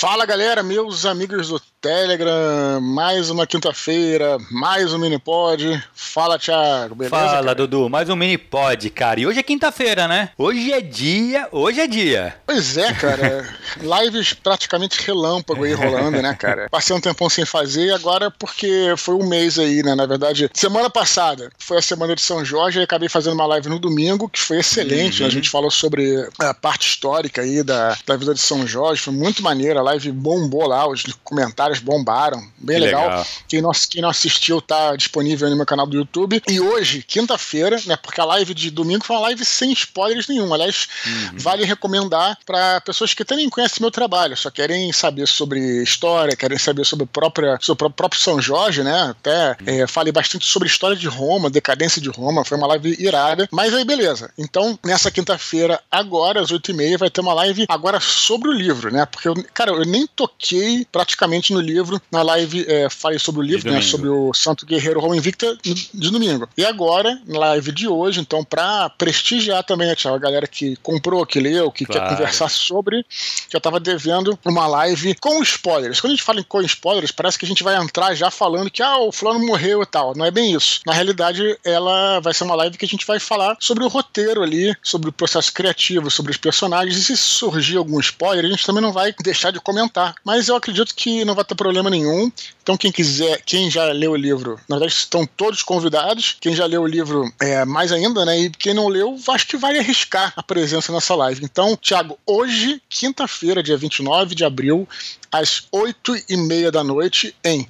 Fala galera, meus amigos do Telegram, mais uma quinta-feira, mais um Minipod. Fala Thiago, beleza? Fala cara? Dudu, mais um Minipod, cara. E hoje é quinta-feira, né? Hoje é dia. Pois é, cara, lives praticamente relâmpago aí rolando, né, cara? Passei um tempão sem fazer, agora porque foi um mês aí, né? Na verdade, semana passada foi a semana de São Jorge e acabei fazendo uma live no domingo, que foi excelente, né? A gente falou sobre a parte histórica aí da vida de São Jorge, foi muito maneiro, a live bombou lá, os comentários bombaram, bem legal. Quem não assistiu tá disponível aí no meu canal do YouTube. E hoje, quinta-feira, né, porque a live de domingo foi uma live sem spoilers nenhum, aliás, vale recomendar para pessoas que também conhecem meu trabalho, só querem saber sobre história, querem saber sobre o próprio São Jorge, né, até falei bastante sobre história de Roma, decadência de Roma, foi uma live irada, mas aí beleza, então nessa quinta-feira, agora às 8h30, vai ter uma live agora sobre o livro, né, porque eu nem toquei praticamente no livro, na live falei sobre o livro, né, sobre o Santo Guerreiro Roma Invicta de domingo. E agora, na live de hoje, então, pra prestigiar também, né, Thiago, a galera que comprou, que leu, que quer conversar sobre, já tava devendo uma live com spoilers. Quando a gente fala com spoilers, parece que a gente vai entrar já falando que o fulano morreu e tal. Não é bem isso. Na realidade, ela vai ser uma live que a gente vai falar sobre o roteiro ali, sobre o processo criativo, sobre os personagens, e se surgir algum spoiler, a gente também não vai deixar de comentar. Mas eu acredito que não vai ter problema nenhum. Então quem quiser, quem já leu o livro, na verdade estão todos convidados. Quem já leu o livro, mais ainda, né? E quem não leu, acho que vai arriscar a presença nessa live. Então, Thiago, hoje, quinta-feira, dia 29 de abril, às 8h30 da noite, em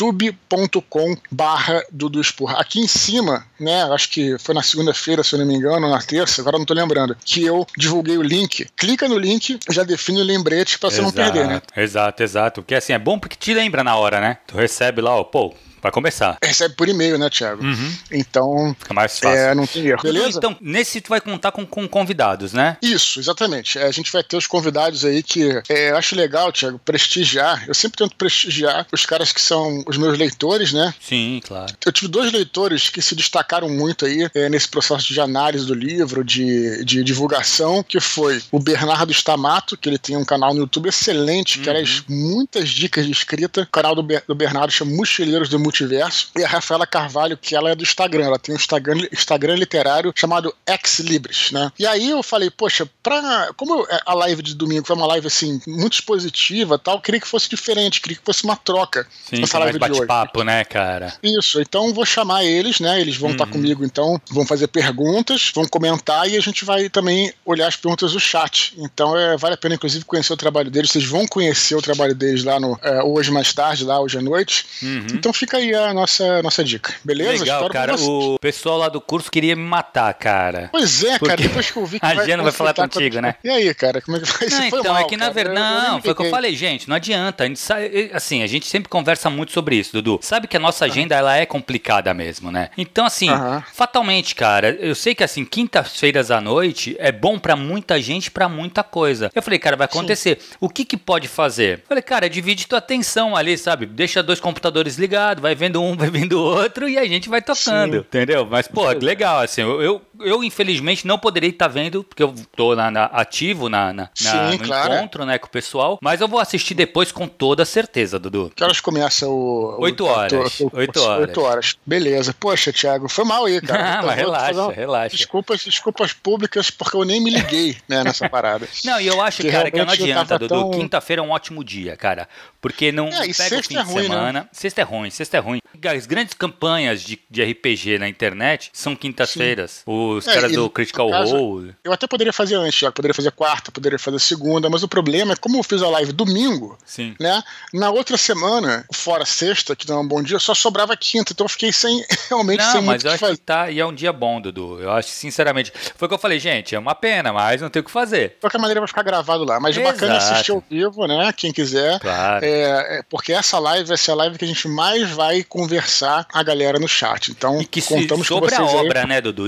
youtube.com/Dudu Esporra. Aqui em cima, né, acho que foi na segunda-feira, se eu não me engano, ou na terça, agora não tô lembrando, que eu divulguei o link. Clica no link, já define o lembrete pra você não perder, né? Exato. Porque assim, é bom porque te lembra na hora, né? Tu recebe lá, vai começar. Recebe por e-mail, né, Thiago? Então, fica mais fácil. Não tem erro. Beleza? Então, nesse tu vai contar com convidados, né? Isso, exatamente. A gente vai ter os convidados aí que eu acho legal, Thiago, prestigiar. Eu sempre tento prestigiar os caras que são os meus leitores, né? Sim, claro. Eu tive 2 leitores que se destacaram muito aí nesse processo de análise do livro, de divulgação, que foi o Bernardo Stamato, que ele tem um canal no YouTube excelente, que traz muitas dicas de escrita. O canal do Bernardo chama Mochileiros do Multiverso. E a Rafaela Carvalho, que ela é do Instagram, ela tem um Instagram literário chamado Ex Libris, né? E aí eu falei, poxa, como a live de domingo foi uma live assim, muito expositiva e tal, eu queria que fosse diferente, queria que fosse uma troca. Sim, essa live mais bate-papo, né, cara? Isso, então vou chamar eles, né? Eles vão estar comigo, então, vão fazer perguntas, vão comentar e a gente vai também olhar as perguntas do chat. Então vale a pena, inclusive, conhecer o trabalho deles. Vocês vão conhecer o trabalho deles lá hoje mais tarde, lá hoje à noite. Então fica aí a nossa dica, beleza? Legal, espero cara, o pessoal lá do curso queria me matar, cara. Pois é, cara, depois que eu vi que a Gia não vai falar contigo, né? E aí, cara, como é que vai? Não, então, é que na verdade, não, foi o que eu falei, gente, não adianta, a gente sabe, assim, a gente sempre conversa muito sobre isso, Dudu, sabe que a nossa agenda, ela é complicada mesmo, né? Então, assim, fatalmente, cara, eu sei que, assim, quintas-feiras à noite é bom pra muita gente, pra muita coisa. Eu falei, cara, vai acontecer. Sim. O que pode fazer? Eu falei, cara, divide tua atenção ali, sabe? Deixa 2 computadores ligados, vai vendo um, vai vendo o outro e a gente vai tocando, entendeu? Mas, pô, legal, assim, eu infelizmente não poderia estar vendo, porque eu tô ativo no encontro, né, com o pessoal, mas eu vou assistir depois com toda certeza, Dudu. Que horas começa 8 horas. 8 horas. Beleza. Poxa, Thiago, foi mal aí, cara. Mas relaxa. Desculpas públicas, porque eu nem me liguei, né, nessa parada. Não, e eu acho, cara, que não adianta, Dudu. Quinta-feira é um ótimo dia, cara, porque não pega o fim de semana. Né? Sexta é ruim. As grandes campanhas de RPG na internet são quintas-feiras. Os caras do Critical Role. Eu até poderia fazer antes, Thiago. Poderia fazer quarta, poderia fazer segunda, mas o problema é como eu fiz a live domingo, né? Na outra semana, fora sexta, que não é um bom dia, só sobrava quinta, então eu fiquei sem muito o que fazer. Mas eu acho que e é um dia bom, Dudu. Eu acho, sinceramente, foi o que eu falei, gente, é uma pena, mas não tem o que fazer. De qualquer maneira vai ficar gravado lá, mas o bacana é assistir ao vivo, né? Quem quiser. Claro. Porque essa live vai ser a live que a gente mais vai conversar a galera no chat. Então, e que contamos sobre com vocês a obra, aí. né, Dudu? Isso que é legal.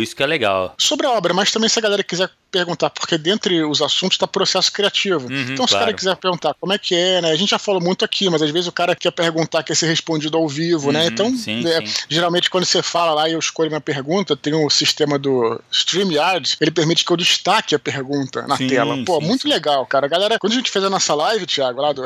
legal. Sobre a obra, mas também se a galera quiser perguntar, porque dentre os assuntos está processo criativo. Então, se o cara quiser perguntar como é que é, né? A gente já falou muito aqui, mas às vezes o cara quer perguntar, quer ser respondido ao vivo, né? Então, sim. Geralmente quando você fala lá e eu escolho minha pergunta, tem um sistema do StreamYard, ele permite que eu destaque a pergunta na tela. Pô, muito legal, cara. A galera, quando a gente fez a nossa live, Thiago, lá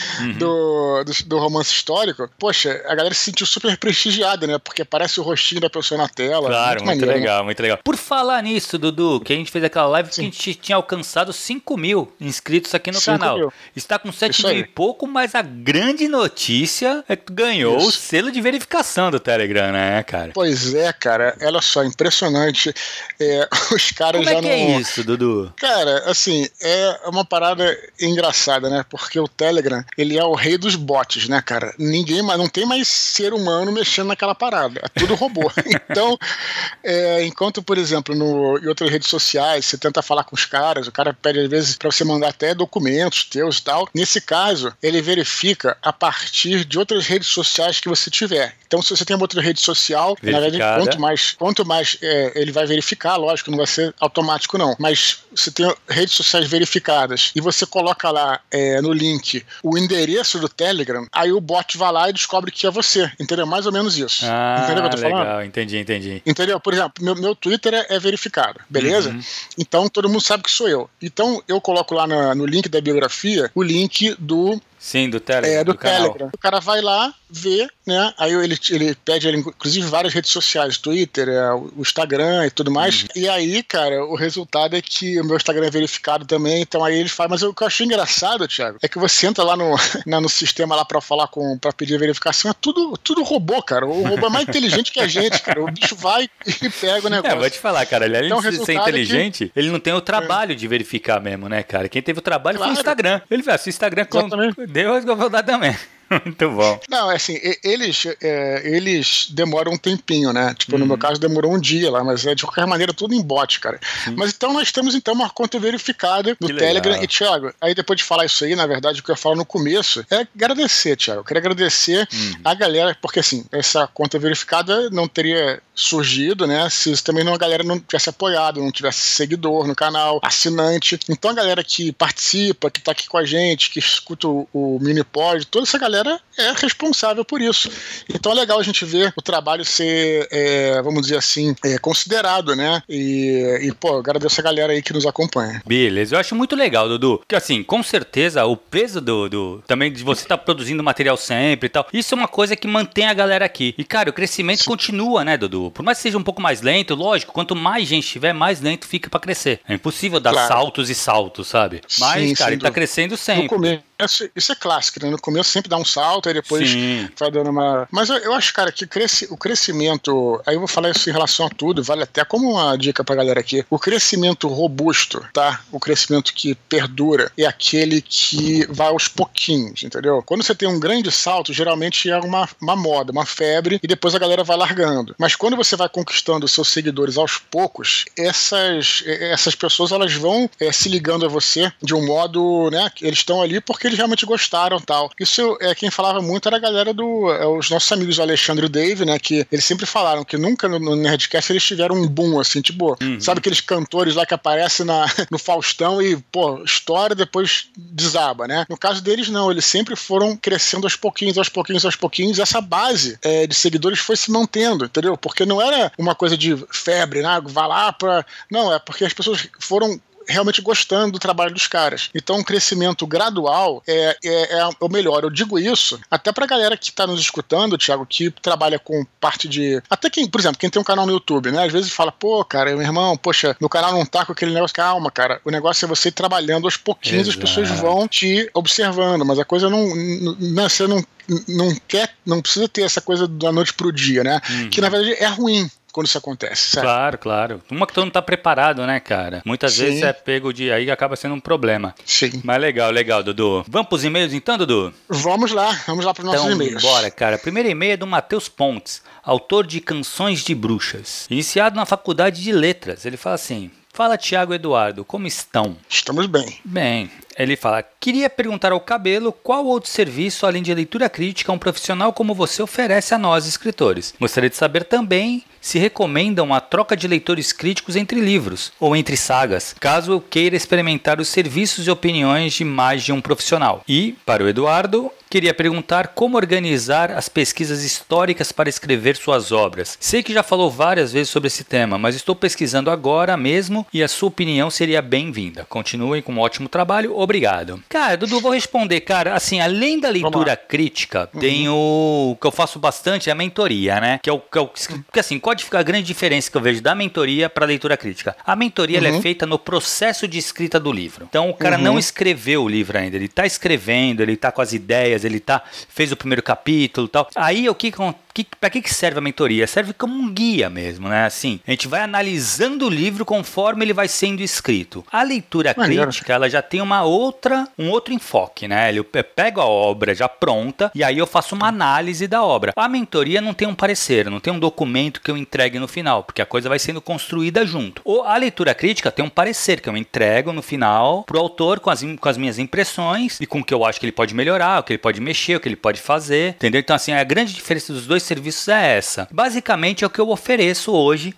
do romance histórico, poxa, a galera se sentiu super prestigiada, né? Porque aparece o rostinho da pessoa na tela. Claro, muito maneiro, legal, né? Muito legal. Por falar nisso, Dudu, que a gente fez aquela live que a gente tinha alcançado 5 mil inscritos aqui no canal. Está com 7 mil e pouco, mas a grande notícia é que tu ganhou o selo de verificação do Telegram, né, cara? Pois é, cara. Olha só, impressionante. Os caras já não... Como é que é isso, Dudu? Cara, assim, é uma parada engraçada, né? Porque o Telegram, ele é o rei dos bots, né, cara? Não tem mais ser humano mexendo naquela parada. É tudo robô. Então, enquanto, por exemplo, em outras redes sociais, você tenta falar com os caras, o cara pede, às vezes, pra você mandar até documentos teus e tal. Nesse caso, ele verifica a partir de outras redes sociais que você tiver. Então, se você tem uma outra rede social, na verdade, quanto mais ele vai verificar, lógico, não vai ser automático, não. Mas você tem redes sociais verificadas e você coloca lá no link o endereço do Telegram, aí o bot vai lá e descobre que é você. Entendeu? Mais ou menos isso. Entendeu o que eu tô falando? Legal, entendi. Entendeu? Por exemplo, meu Twitter é verificado, beleza? Então, todo mundo sabe que sou eu. Então, eu coloco lá no link da biografia o link do... Sim, do Telegram. Do Telegram. O cara vai lá, vê, né? Aí ele pede, inclusive, várias redes sociais, Twitter, o Instagram e tudo mais. E aí, cara, o resultado é que o meu Instagram é verificado também, então aí ele faz. Mas o que eu achei engraçado, Thiago, é que você entra lá no sistema lá pra falar pra pedir verificação, é tudo robô, cara. O robô é mais inteligente que a gente, cara. O bicho vai e pega o negócio. Vou te falar, cara, além de ser inteligente, ele não tem o trabalho de verificar mesmo, né, cara? Quem teve o trabalho foi o Instagram. Ele fala, se o Instagram deu, eu vou dar também. Muito bom. Não, assim, eles demoram um tempinho, né? Tipo, no meu caso demorou um dia lá, mas de qualquer maneira tudo em bot, cara. Mas então nós temos uma conta verificada no Telegram. Legal. E, Thiago, aí depois de falar isso aí, na verdade, o que eu falo no começo é agradecer, Thiago. Eu quero agradecer a galera, porque assim, essa conta verificada não teria surgido, né? Se também a galera não tivesse apoiado, não tivesse seguidor no canal, assinante. Então a galera que participa, que tá aqui com a gente, que escuta o Minipod, toda essa galera é responsável por isso. Então é legal a gente ver o trabalho ser, vamos dizer assim, considerado, né? E pô, agradeço a galera aí que nos acompanha. Beleza, eu acho muito legal, Dudu. Porque assim, com certeza, o peso também de você estar produzindo material sempre e tal, isso é uma coisa que mantém a galera aqui. E, cara, o crescimento continua, né, Dudu? Por mais que seja um pouco mais lento, lógico, quanto mais gente tiver, mais lento fica pra crescer. É impossível dar saltos e saltos, sabe? Mas, cara, ele tá crescendo sempre. No começo, isso é clássico, né? No começo sempre dá um salto, aí depois vai dando uma... Mas eu acho, cara, que o crescimento... Aí eu vou falar isso em relação a tudo, vale até como uma dica pra galera aqui. O crescimento robusto, tá? O crescimento que perdura é aquele que vai aos pouquinhos, entendeu? Quando você tem um grande salto, geralmente é uma moda, uma febre, e depois a galera vai largando. Mas quando você vai conquistando os seus seguidores aos poucos, essas pessoas, elas vão se ligando a você de um modo, né? Eles estão ali porque eles realmente gostaram e tal. Isso quem falava muito era a galera os nossos amigos, o Alexandre e o Dave, né? Que eles sempre falaram que nunca no Nerdcast eles tiveram um boom, assim, tipo, sabe aqueles cantores lá que aparecem no Faustão e, pô, estoura e depois desaba, né? No caso deles, não. Eles sempre foram crescendo aos pouquinhos, e essa base de seguidores foi se mantendo, entendeu? Porque não era uma coisa de febre, né? Vai lá pra... Não, é porque as pessoas foram realmente gostando do trabalho dos caras. Então, um crescimento gradual é o melhor. Eu digo isso até pra galera que tá nos escutando, Thiago, que trabalha com parte de... Até quem, por exemplo, quem tem um canal no YouTube, né? Às vezes fala, pô, cara, meu irmão, poxa, meu canal não tá com aquele negócio. Calma, cara. O negócio é você ir trabalhando aos pouquinhos, as pessoas vão te observando, mas a coisa você não precisa ter essa coisa da noite pro dia, né? Que, na verdade, é ruim quando isso acontece, sabe? Claro. Uma que tu não tá preparado, né, cara? Muitas vezes é pego aí acaba sendo um problema. Sim. Mas legal, Dudu. Vamos pros e-mails então, Dudu? Vamos lá pros nossos e-mails. Bora, cara. Primeiro e-mail é do Matheus Pontes, autor de Canções de Bruxas. Iniciado na Faculdade de Letras. Ele fala assim: fala, Thiago e Eduardo, como estão? Estamos bem. Bem, ele fala: queria perguntar ao Cabelo qual outro serviço, além de leitura crítica, um profissional como você oferece a nós, escritores. Gostaria de saber também se recomendam a troca de leitores críticos entre livros ou entre sagas, caso eu queira experimentar os serviços e opiniões de mais de um profissional. E, para o Eduardo, queria perguntar como organizar as pesquisas históricas para escrever suas obras. Sei que já falou várias vezes sobre esse tema, mas estou pesquisando agora mesmo e a sua opinião seria bem-vinda. Continuem com um ótimo trabalho, obrigado. Cara, Dudu, vou responder, cara, assim, além da leitura crítica, tem o que eu faço bastante, é a mentoria, né? Que assim, qual a grande diferença que eu vejo da mentoria para a leitura crítica? A mentoria ela é feita no processo de escrita do livro. Então, o cara não escreveu o livro ainda, ele está escrevendo, ele está com as ideias, ele fez o primeiro capítulo e tal. Aí, para que serve a mentoria? Serve como um guia mesmo, né? Assim, a gente vai analisando o livro conforme ele vai sendo escrito. A leitura crítica, ela já tem um outro enfoque, né? Eu pego a obra já pronta e aí eu faço uma análise da obra. A mentoria não tem um parecer, não tem um documento que eu entregue no final, porque a coisa vai sendo construída junto. A leitura crítica tem um parecer que eu entrego no final pro autor com as minhas impressões e com o que eu acho que ele pode melhorar, o que ele pode mexer, o que ele pode fazer, entendeu? Então, assim, a grande diferença dos dois serviços é essa. Basicamente é o que eu ofereço hoje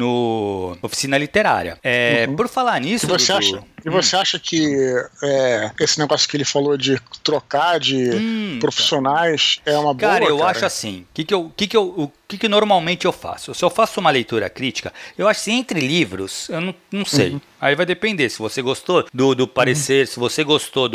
no Oficina Literária. Por falar nisso, você acha que esse negócio que ele falou de trocar de profissionais é uma boa? Cara, eu acho assim. O que normalmente eu faço? Se eu faço uma leitura crítica, eu acho que entre livros, eu não sei. Aí vai depender. Se você gostou do parecer, se você gostou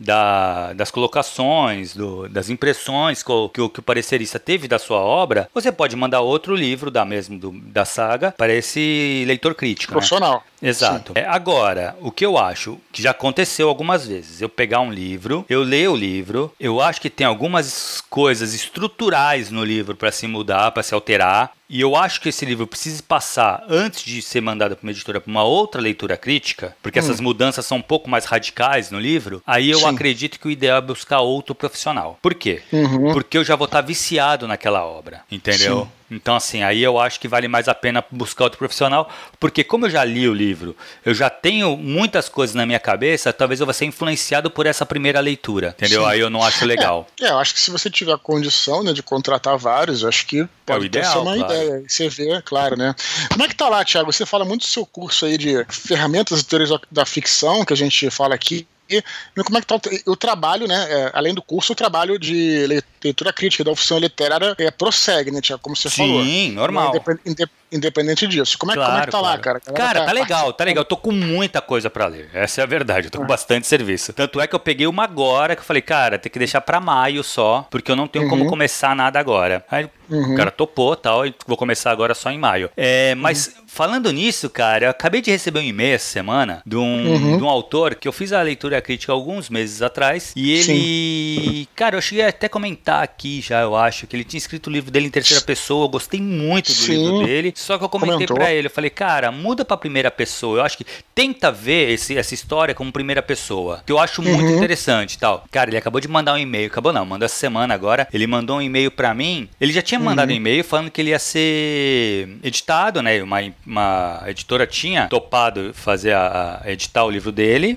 das colocações, das impressões que o parecerista teve da sua obra, você pode mandar outro livro da saga para esse leitor crítico. Profissional. Né? Exato. Agora, o que eu acho que já aconteceu algumas vezes, eu pegar um livro, eu ler o livro, eu acho que tem algumas coisas estruturais no livro para se mudar, para se alterar, e eu acho que esse livro precisa passar, antes de ser mandado para uma editora, para uma outra leitura crítica, porque essas mudanças são um pouco mais radicais no livro, aí eu acredito que o ideal é buscar outro profissional. Por quê? Porque eu já vou estar viciado naquela obra, entendeu? Sim. Então, assim, aí eu acho que vale mais a pena buscar outro profissional, porque como eu já li o livro, eu já tenho muitas coisas na minha cabeça, talvez eu vá ser influenciado por essa primeira leitura, entendeu? Sim. Aí eu não acho legal. Eu acho que se você tiver a condição, né, de contratar vários, eu acho que pode ser uma ideia. Você vê, claro, né? Como é que tá lá, Thiago? Você fala muito do seu curso aí de ferramentas e teorias da ficção, que a gente fala aqui. E como é que tá o trabalho, né? Além do curso, o trabalho de leitura crítica da Oficina Literária prossegue, né, Thiago? Como você falou. Sim, normal. Independente disso. Como é que tá lá, cara? Cara, tá legal. Eu tô com muita coisa pra ler. Essa é a verdade. Eu tô com bastante serviço. Tanto é que eu peguei uma agora que eu falei, cara, tem que deixar pra maio só, porque eu não tenho como começar nada agora. Aí o cara topou e tal, e vou começar agora só em maio. Mas falando nisso, cara, eu acabei de receber um e-mail essa semana de um autor que eu fiz a leitura crítica alguns meses atrás, e ele... Cara, eu cheguei até a comentar aqui já, eu acho, que ele tinha escrito o livro dele em terceira pessoa, eu gostei muito do livro dele, só que eu comentei pra ele, eu falei, cara, muda pra primeira pessoa, eu acho que tenta ver essa história como primeira pessoa, que eu acho muito interessante e tal. Cara, ele acabou de mandar um e-mail, mandou essa semana agora, ele mandou um e-mail pra mim, ele já tinha mandado um e-mail falando que ele ia ser editado, né, uma editora tinha topado fazer editar o livro dele,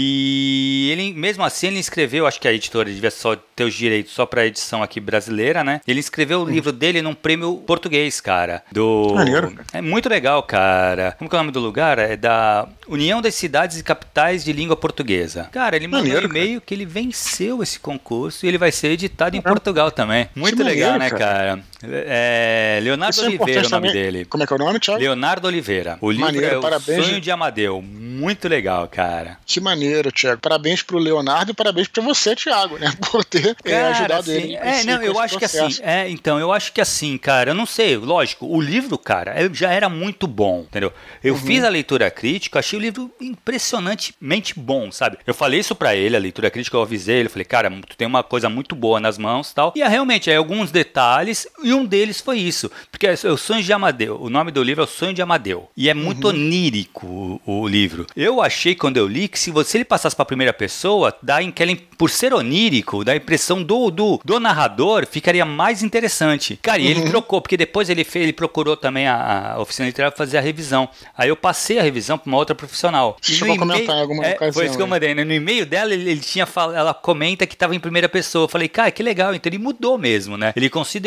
e ele, mesmo assim, ele escreveu, acho que a editora devia só ter os direitos só pra edição aqui brasileira, né, ele escreveu o livro dele num prêmio português, cara, É muito legal, cara. Como que é o nome do lugar? É da União das Cidades e Capitais de Língua Portuguesa. Cara, ele mandou um e-mail que ele venceu esse concurso e ele vai ser editado em Portugal também. Muito legal, né, cara? Leonardo Oliveira é o nome dele. Como é que é o nome, Thiago? Leonardo Oliveira. O livro é O Sonho de Amadeu. Muito legal, cara. Que maneiro, Thiago. Parabéns pro Leonardo e parabéns pra você, Thiago, né? Por ter ajudado assim, ele. Eu acho que assim, eu acho que assim, cara, eu não sei, lógico, o livro, cara, já era muito bom, entendeu? Eu fiz a leitura crítica, achei o livro impressionantemente bom, sabe? Eu falei isso pra ele, a leitura crítica, eu avisei ele, falei, cara, tu tem uma coisa muito boa nas mãos e tal. E realmente, alguns detalhes, e um deles foi isso, porque é o Sonho de Amadeu, o nome do livro é O Sonho de Amadeu, e é muito onírico o livro. Eu achei, quando eu li, que se ele passasse pra primeira pessoa, por ser onírico, dá a impressão do narrador, ficaria mais interessante. Cara, e ele trocou, porque depois ele procurou também a Oficina Literária pra fazer a revisão. Aí eu passei a revisão pra uma outra profissional. Deixa eu comentar em alguma ocasião. Foi isso que eu mandei, né? No e-mail dela, ela comenta que tava em primeira pessoa. Eu falei, cara, que legal. Então ele mudou mesmo, né? Ele considerou o que eu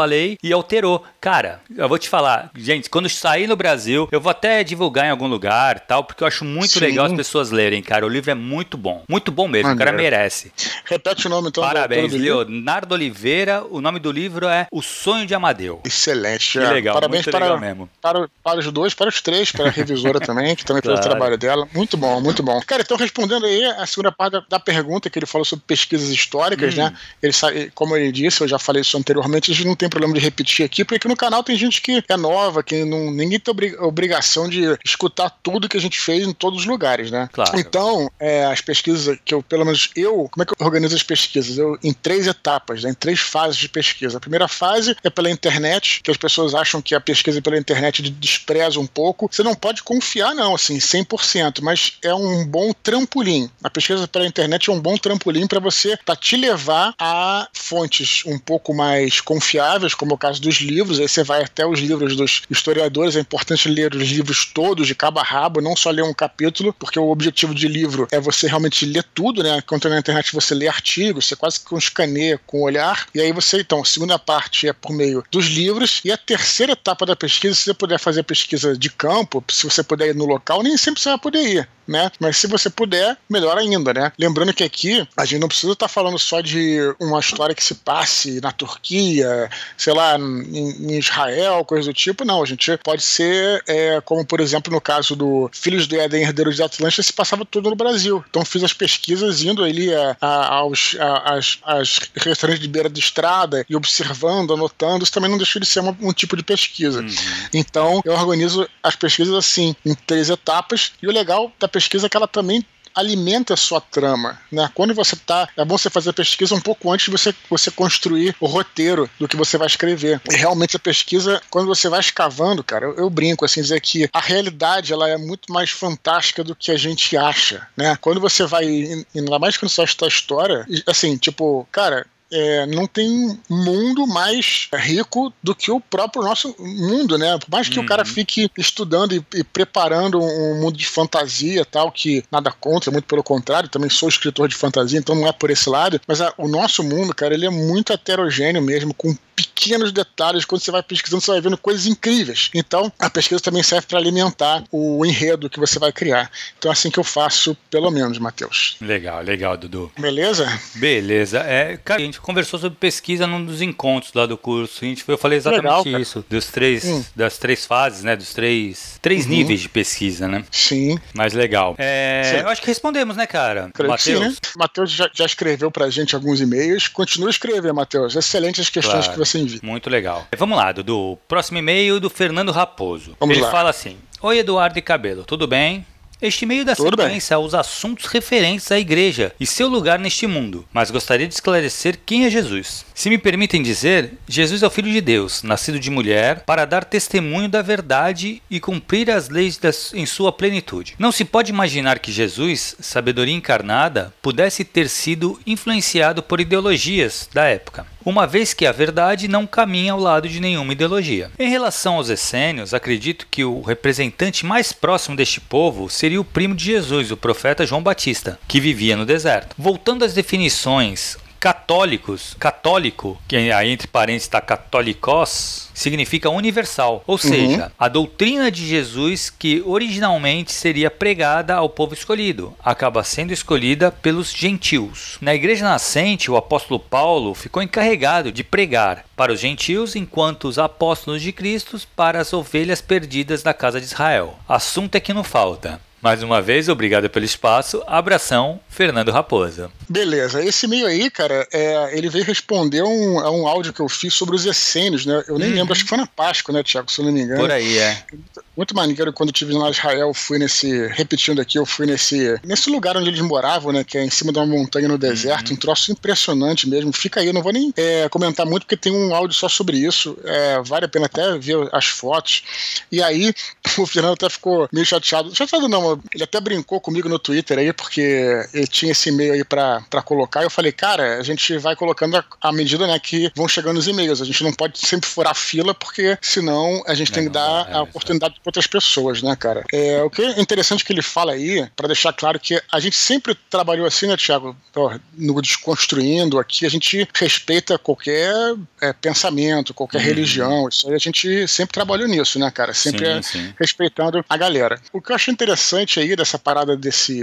falei e alterou. Cara, eu vou te falar, gente, quando sair no Brasil, eu vou até divulgar em algum lugar, tal, porque eu acho muito legal as pessoas lerem, cara. O livro é muito bom mesmo, o cara merece. Repete o nome, então. Parabéns, Leonardo Oliveira. O nome do livro é O Sonho de Amadeu. Excelente. Que legal, parabéns legal mesmo. Para os dois, para os três, para a revisora também, que também fez o trabalho dela. Muito bom, muito bom. Cara, então respondendo aí a segunda parte da pergunta que ele falou sobre pesquisas históricas, né? Como ele disse, eu já falei isso anteriormente, a gente não tem problema de repetir aqui, porque aqui no canal tem gente que é nova, que ninguém tem obrigação de escutar tudo que a gente fez em todos os lugares, né? Claro. Então, as pesquisas que como é que eu organizo as pesquisas? Em 3 etapas, né? Em 3 fases de pesquisa. A primeira fase é pela internet, que as pessoas acham que a pesquisa pela internet despreza um pouco. Você não pode confiar, não, assim, 100%, mas é um bom trampolim. A pesquisa pela internet é um bom trampolim para te levar a fontes um pouco mais confiáveis, como é o caso dos livros. Aí você vai até os livros dos historiadores. É importante ler os livros todos, de cabo a rabo, não só ler um capítulo, porque o objetivo de livro é você realmente ler tudo, né? Quando na internet você lê artigos, você quase que escaneia com o olhar, e aí então, a segunda parte é por meio dos livros, e a terceira etapa da pesquisa, se você puder fazer pesquisa de campo, se você puder ir no local, nem sempre você vai poder ir, né? Mas se você puder, melhor ainda, né? Lembrando que aqui, a gente não precisa estar falando só de uma história que se passe na Turquia, sei lá, em Israel, coisa do tipo, não. A gente pode ser, como por exemplo no caso do Filhos do Éden, Herdeiros de Atlântida, se passava tudo no Brasil. Então fiz as pesquisas indo ali aos restaurantes de beira de estrada e observando, anotando. Isso também não deixa de ser um tipo de pesquisa. Então eu organizo as pesquisas assim, em 3 etapas, e o legal da pesquisa é que ela também alimenta a sua trama, né? Quando você é bom você fazer a pesquisa um pouco antes de você construir o roteiro do que você vai escrever. E realmente a pesquisa, quando você vai escavando, cara, eu brinco assim, dizer que a realidade ela é muito mais fantástica do que a gente acha, né? Quando você vai, ainda mais quando você vai estudar história, assim, tipo, cara, não tem mundo mais rico do que o próprio nosso mundo, né? Por mais que o cara fique estudando e preparando um mundo de fantasia e tal, que nada contra, muito pelo contrário, também sou escritor de fantasia, então não é por esse lado, mas o nosso mundo, cara, ele é muito heterogêneo mesmo, com pequenos detalhes. Quando você vai pesquisando, você vai vendo coisas incríveis. Então, a pesquisa também serve para alimentar o enredo que você vai criar. Então, é assim que eu faço, pelo menos, Matheus. Legal, Dudu. Beleza? Beleza. Cara, a gente conversou sobre pesquisa num dos encontros lá do curso. Eu falei exatamente isso. Das 3 fases, né? Dos 3 níveis de pesquisa, né? Sim. Mas legal. Eu acho que respondemos, né, cara? Matheus? Né? Matheus já escreveu pra gente alguns e-mails. Continua a escrever, Matheus. Excelentes as questões que você envia. Muito legal. Vamos lá, Dudu. Próximo e-mail do Fernando Raposo. Vamos lá. Ele fala assim: Oi, Eduardo e Cabelo, tudo bem? Este e-mail dá sequência aos assuntos referentes à igreja e seu lugar neste mundo, mas gostaria de esclarecer quem é Jesus. Se me permitem dizer, Jesus é o Filho de Deus, nascido de mulher, para dar testemunho da verdade e cumprir as leis em sua plenitude. Não se pode imaginar que Jesus, sabedoria encarnada, pudesse ter sido influenciado por ideologias da época, uma vez que a verdade não caminha ao lado de nenhuma ideologia. Em relação aos essênios, acredito que o representante mais próximo deste povo seria o primo de Jesus, o profeta João Batista, que vivia no deserto. Voltando às definições, católico, que aí entre parênteses está católicos, significa universal, ou seja, a doutrina de Jesus que originalmente seria pregada ao povo escolhido, acaba sendo escolhida pelos gentios. Na igreja nascente, o apóstolo Paulo ficou encarregado de pregar para os gentios, enquanto os apóstolos de Cristo para as ovelhas perdidas da casa de Israel. Assunto é que não falta. Mais uma vez, obrigado pelo espaço. Abração, Fernando Raposa. Beleza. Esse e-mail aí, cara, ele veio responder a um áudio que eu fiz sobre os essênios, né? Eu nem lembro, acho que foi na Páscoa, né, Thiago, se eu não me engano. Por aí, Muito maneiro, quando eu estive lá em Israel, eu fui nesse lugar onde eles moravam, né, que é em cima de uma montanha no deserto, um troço impressionante mesmo. Fica aí, eu não vou nem comentar muito, porque tem um áudio só sobre isso, vale a pena até ver as fotos. E aí, o Fernando até ficou meio chateado não, ele até brincou comigo no Twitter aí, porque ele tinha esse e-mail aí pra colocar, e eu falei, cara, a gente vai colocando à medida, né, que vão chegando os e-mails, a gente não pode sempre furar fila, porque senão a gente tem que dar a oportunidade outras pessoas, né, cara? O que é interessante que ele fala aí, para deixar claro que a gente sempre trabalhou assim, né, Thiago? No Desconstruindo aqui, a gente respeita qualquer pensamento, qualquer religião, isso aí a gente sempre trabalhou nisso, né, cara? Sempre respeitando a galera. O que eu acho interessante aí dessa parada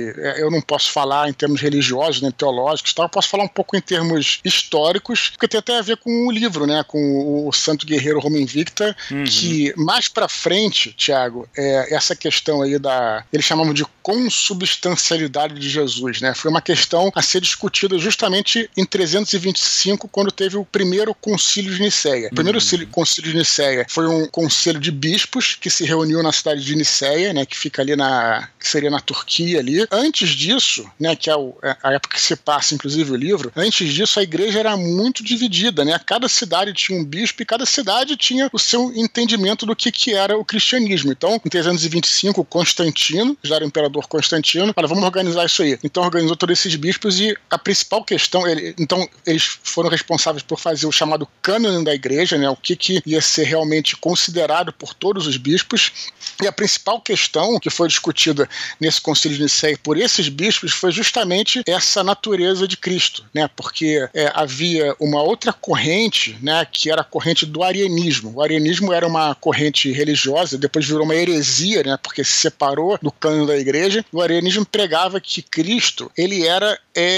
eu não posso falar em termos religiosos, né, teológicos, tal, eu posso falar um pouco em termos históricos, porque tem até a ver com o livro, né, com o Santo Guerreiro Roma Invicta, que mais pra frente, Thiago, essa questão aí eles chamavam de consubstancialidade de Jesus, né, foi uma questão a ser discutida justamente em 325, quando teve o primeiro concílio de Nicéia. O primeiro concílio de Nicéia foi um conselho de bispos que se reuniu na cidade de Nicéia, né, que fica ali que seria na Turquia ali. Antes disso, né, que é a época que se passa, inclusive, o livro, antes disso a igreja era muito dividida, né, cada cidade tinha um bispo e cada cidade tinha o seu entendimento do que era o cristianismo. Então, em 325, Constantino, já era o imperador Constantino, falou, vamos organizar isso aí. Então, organizou todos esses bispos e a principal questão, então, eles foram responsáveis por fazer o chamado cânone da igreja, né, o que ia ser realmente considerado por todos os bispos. E a principal questão que foi discutida nesse concílio de Nicéia por esses bispos foi justamente essa natureza de Cristo, né, porque havia uma outra corrente, né, que era a corrente do arianismo. O arianismo era uma corrente religiosa, depois virou uma heresia, né, porque se separou do cânone da igreja. O arianismo pregava que Cristo, ele era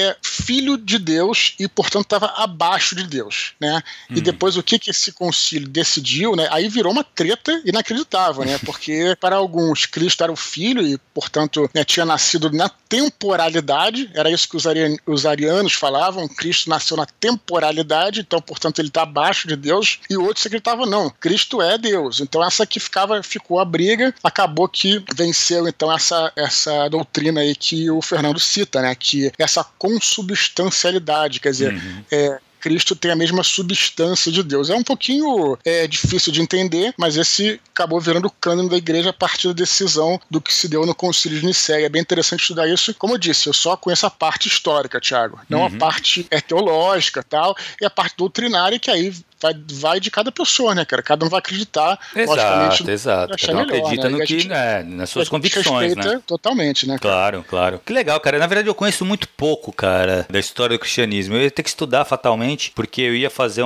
filho de Deus e, portanto, estava abaixo de Deus, né? E depois o que esse concílio decidiu, né? Aí virou uma treta inacreditável, né? Porque para alguns Cristo era o filho e, portanto, né, tinha nascido na temporalidade, era isso que os arianos falavam, Cristo nasceu na temporalidade, então, portanto, ele está abaixo de Deus, e outros acreditavam, não, Cristo é Deus. Então essa que ficou a briga, acabou que venceu, então, essa doutrina aí que o Fernando cita, né? Que essa consubstancialidade, quer dizer, Cristo tem a mesma substância de Deus. É um pouquinho difícil de entender, mas esse acabou virando o cânone da igreja a partir da decisão do que se deu no Concílio de Nicéia. É bem interessante estudar isso. Como eu disse, eu só conheço a parte histórica, Thiago, não a parte teológica e tal, e a parte doutrinária, que aí vai de cada pessoa, né, cara? Cada um vai acreditar, logicamente. Exato. Cada um acredita no que, nas suas convicções, né? Totalmente, né? Cara? Claro. Que legal, cara. Na verdade, eu conheço muito pouco, cara, da história do cristianismo. Eu ia ter que estudar fatalmente, porque eu ia fazer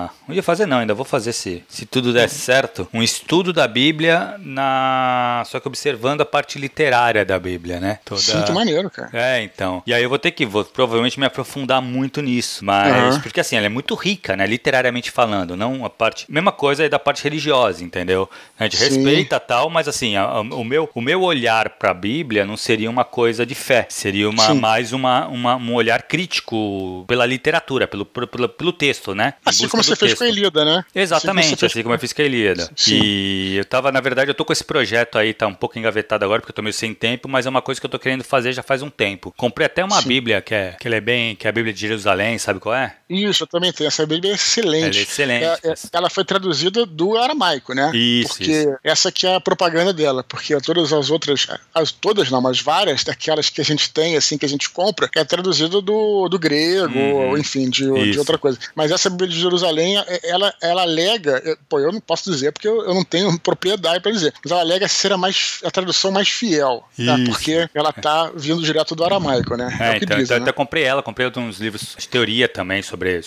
ainda vou fazer, se tudo der certo, um estudo da Bíblia só que observando a parte literária da Bíblia, né? Sim, que maneiro, cara. Então. E aí eu vou provavelmente me aprofundar muito nisso, mas porque assim, ela é muito rica, né? Literariamente falando, não a parte... Mesma coisa aí da parte religiosa, entendeu? A gente respeita tal, mas assim, o meu olhar para a Bíblia não seria uma coisa de fé, seria mais um olhar crítico pela literatura, pelo texto, né? Assim como você fez com a Ilíada, né? Exatamente, assim como eu fiz com a Ilíada. Sim. E na verdade, eu tô com esse projeto aí, tá um pouco engavetado agora, porque eu tô meio sem tempo, mas é uma coisa que eu tô querendo fazer já faz um tempo. Comprei até uma Bíblia, que é a Bíblia de Jerusalém, sabe qual é? Isso, eu também tenho. Essa Bíblia é excelente. Ela foi traduzida do aramaico, né? Porque essa aqui é a propaganda dela, porque todas as outras, mas várias daquelas que a gente tem, assim, que a gente compra, é traduzida do grego, ou enfim, de outra coisa. Mas essa Bíblia de Jerusalém, ela alega, eu não posso dizer porque eu não tenho propriedade para dizer, mas ela alega ser a tradução mais fiel, tá? Porque ela tá vindo direto do aramaico, né? Então eu até comprei uns livros de teoria também sobre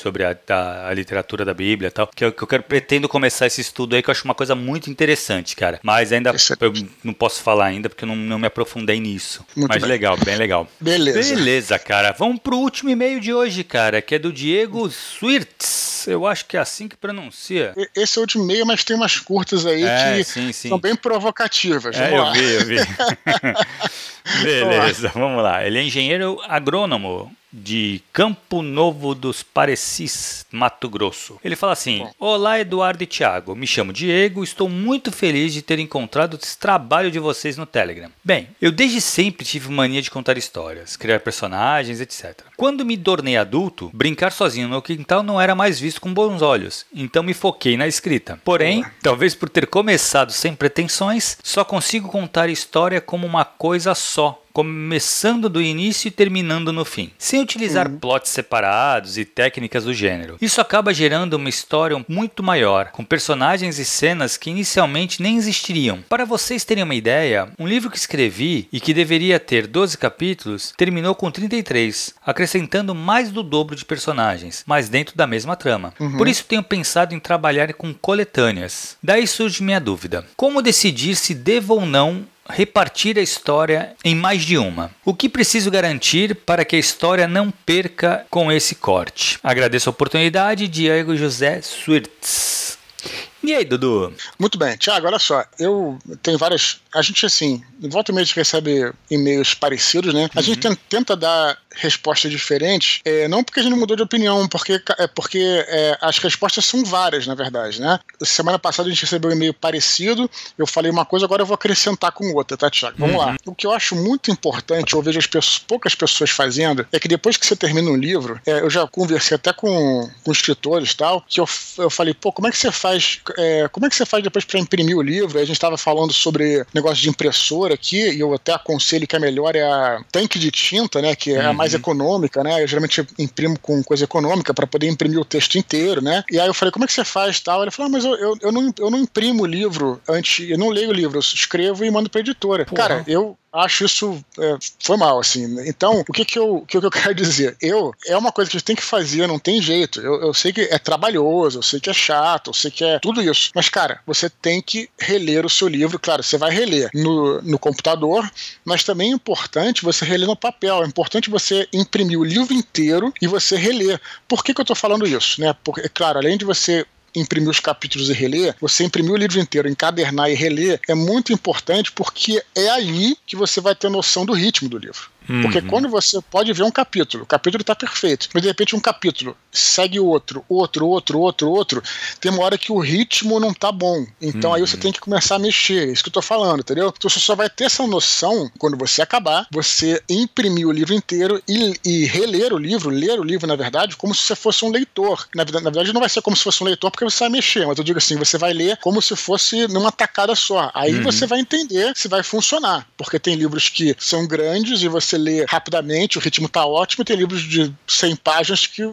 a literatura da Bíblia e tal, que eu pretendo começar esse estudo aí, que eu acho uma coisa muito interessante, cara. Mas ainda eu não posso falar ainda, porque eu não me aprofundei nisso. Mas legal, bem legal. Beleza, cara. Vamos pro último e-mail de hoje, cara, que é do Diego Swirtz. Eu acho que é assim que pronuncia. Esse é o último e-mail, mas tem umas curtas aí que são bem provocativas. Vamos lá. Eu vi. Beleza, vamos lá. Ele é engenheiro agrônomo de Campo Novo dos Parecis, Mato Grosso. Ele fala assim: olá, Eduardo e Thiago, me chamo Diego, estou muito feliz de ter encontrado esse trabalho de vocês no Telegram. Bem, eu desde sempre tive mania de contar histórias, criar personagens, etc. Quando me tornei adulto, brincar sozinho no quintal não era mais visto com bons olhos, então me foquei na escrita. Porém, talvez por ter começado sem pretensões, só consigo contar história como uma coisa só, começando do início e terminando no fim, sem utilizar plots separados e técnicas do gênero. Isso acaba gerando uma história muito maior, com personagens e cenas que inicialmente nem existiriam. Para vocês terem uma ideia, um livro que escrevi e que deveria ter 12 capítulos, terminou com 33, acrescentando mais do dobro de personagens, mas dentro da mesma trama. Por isso tenho pensado em trabalhar com coletâneas. Daí surge minha dúvida: como decidir se devo ou não repartir a história em mais de uma? O que preciso garantir para que a história não perca com esse corte? Agradeço a oportunidade, Diego José Swirtz. E aí, Dudu? Muito bem. Thiago, olha só, eu tenho várias... A gente, assim, volta e meia a gente recebe e-mails parecidos, né? A gente tenta dar respostas diferentes, não porque a gente mudou de opinião, porque as respostas são várias, na verdade, né? Semana passada a gente recebeu um e-mail parecido, eu falei uma coisa, agora eu vou acrescentar com outra, tá, Thiago? Vamos lá. O que eu acho muito importante, eu vejo poucas pessoas fazendo, é que depois que você termina um livro, eu já conversei até com escritores e tal, que eu falei, pô, como é que você faz depois para imprimir o livro? Aí a gente estava falando sobre negócio de impressora aqui, e eu até aconselho que a melhor é a tanque de tinta, né, que é a mais econômica, né? Eu geralmente imprimo com coisa econômica para poder imprimir o texto inteiro, né? E aí eu falei, como é que você faz tal? Ele falou, mas eu não imprimo o livro antes, eu não leio o livro, eu escrevo e mando pra editora. Porra. Cara, eu acho isso foi mal, assim. Então, o que eu quero dizer? É uma coisa que a gente tem que fazer, não tem jeito. Eu sei que é trabalhoso, eu sei que é chato, eu sei que é tudo isso. Mas, cara, você tem que reler o seu livro. Claro, você vai reler no computador, mas também é importante você reler no papel. É importante você imprimir o livro inteiro e você reler. Por que eu tô falando isso? Né? Porque, claro, além de você imprimir os capítulos e reler, você imprimir o livro inteiro, encadernar e reler, é muito importante, porque é aí que você vai ter noção do ritmo do livro. Porque quando você pode ver um capítulo, o capítulo está perfeito, mas de repente um capítulo segue outro, tem uma hora que o ritmo não tá bom, então aí você tem que começar a mexer, é isso que eu tô falando, entendeu? Então você só vai ter essa noção quando você acabar, você imprimir o livro inteiro e reler o livro, ler o livro, na verdade, como se você fosse um leitor. Na verdade não vai ser como se fosse um leitor, porque você vai mexer, mas eu digo assim, você vai ler como se fosse numa tacada só, aí você vai entender se vai funcionar, porque tem livros que são grandes e você lê rapidamente, o ritmo tá ótimo, tem livros de 100 páginas que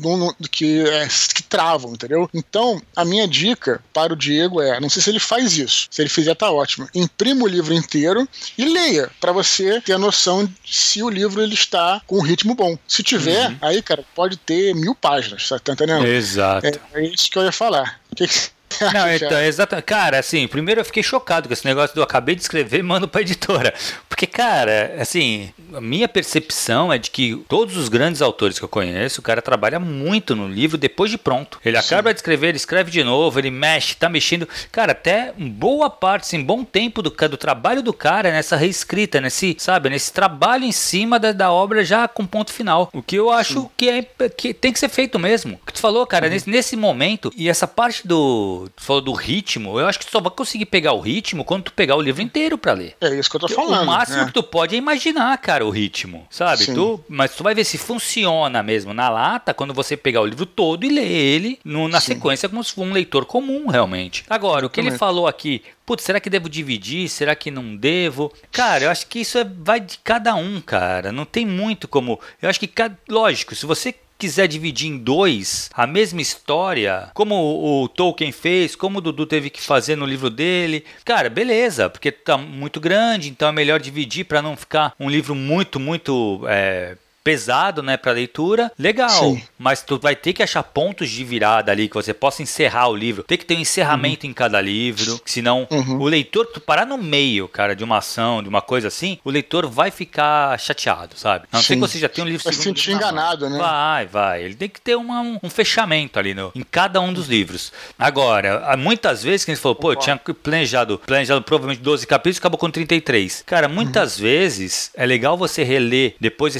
travam, entendeu? Então, a minha dica para o Diego não sei se ele faz isso, se ele fizer tá ótimo, imprima o livro inteiro e leia, para você ter a noção se o livro ele está com um ritmo bom. Se tiver, aí, cara, pode ter 1000 páginas, tá entendendo? Exato. É isso que eu ia falar. O que Não, então, exatamente. Cara, assim, primeiro eu fiquei chocado com esse negócio do acabei de escrever e mando pra editora. Porque, cara, assim, a minha percepção é de que todos os grandes autores que eu conheço, o cara trabalha muito no livro depois de pronto. Ele acaba de escrever, ele escreve de novo, ele mexe, tá mexendo. Cara, até boa parte, assim, bom tempo do trabalho do cara nessa reescrita, nesse trabalho em cima da obra já com ponto final. O que eu acho que tem que ser feito mesmo. O que tu falou, cara, nesse momento, e essa parte tu falou do ritmo, eu acho que tu só vai conseguir pegar o ritmo quando tu pegar o livro inteiro pra ler. É isso que eu tô falando. O máximo que tu pode é imaginar, cara, o ritmo, sabe? Mas tu vai ver se funciona mesmo na lata quando você pegar o livro todo e ler ele na sequência como se fosse um leitor comum, realmente. Agora, o que ele falou aqui, putz, será que devo dividir? Será que não devo? Cara, eu acho que isso vai de cada um, cara. Não tem muito como... Eu acho que, lógico, se você quiser dividir em 2 a mesma história, como o Tolkien fez, como o Dudu teve que fazer no livro dele, cara, beleza, porque tá muito grande, então é melhor dividir para não ficar um livro muito pesado, né, para leitura, legal, mas tu vai ter que achar pontos de virada ali que você possa encerrar o livro, tem que ter um encerramento em cada livro, senão o leitor, tu parar no meio, cara, de uma ação, de uma coisa assim, o leitor vai ficar chateado, sabe? A não ser que você já tenha um livro vai se sentir enganado, né? Vai, ele tem que ter um fechamento ali em cada um dos livros. Agora, muitas vezes que a gente falou, pô, eu tinha planejado provavelmente 12 capítulos, acabou com 33. Cara, muitas vezes é legal você reler depois desses 33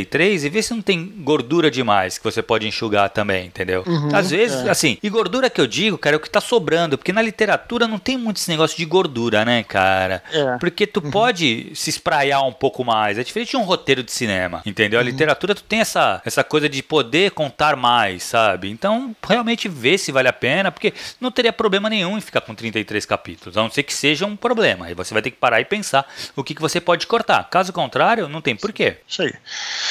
33 e vê se não tem gordura demais que você pode enxugar também, entendeu? Às vezes, assim, e gordura que eu digo, cara, é o que tá sobrando, porque na literatura não tem muito esse negócio de gordura, né, cara? Porque tu pode se espraiar um pouco mais, é diferente de um roteiro de cinema, entendeu? A literatura, tu tem essa coisa de poder contar mais, sabe? Então, realmente vê se vale a pena, porque não teria problema nenhum em ficar com 33 capítulos, a não ser que seja um problema, aí você vai ter que parar e pensar o que você pode cortar. Caso contrário, não tem porquê. Isso aí.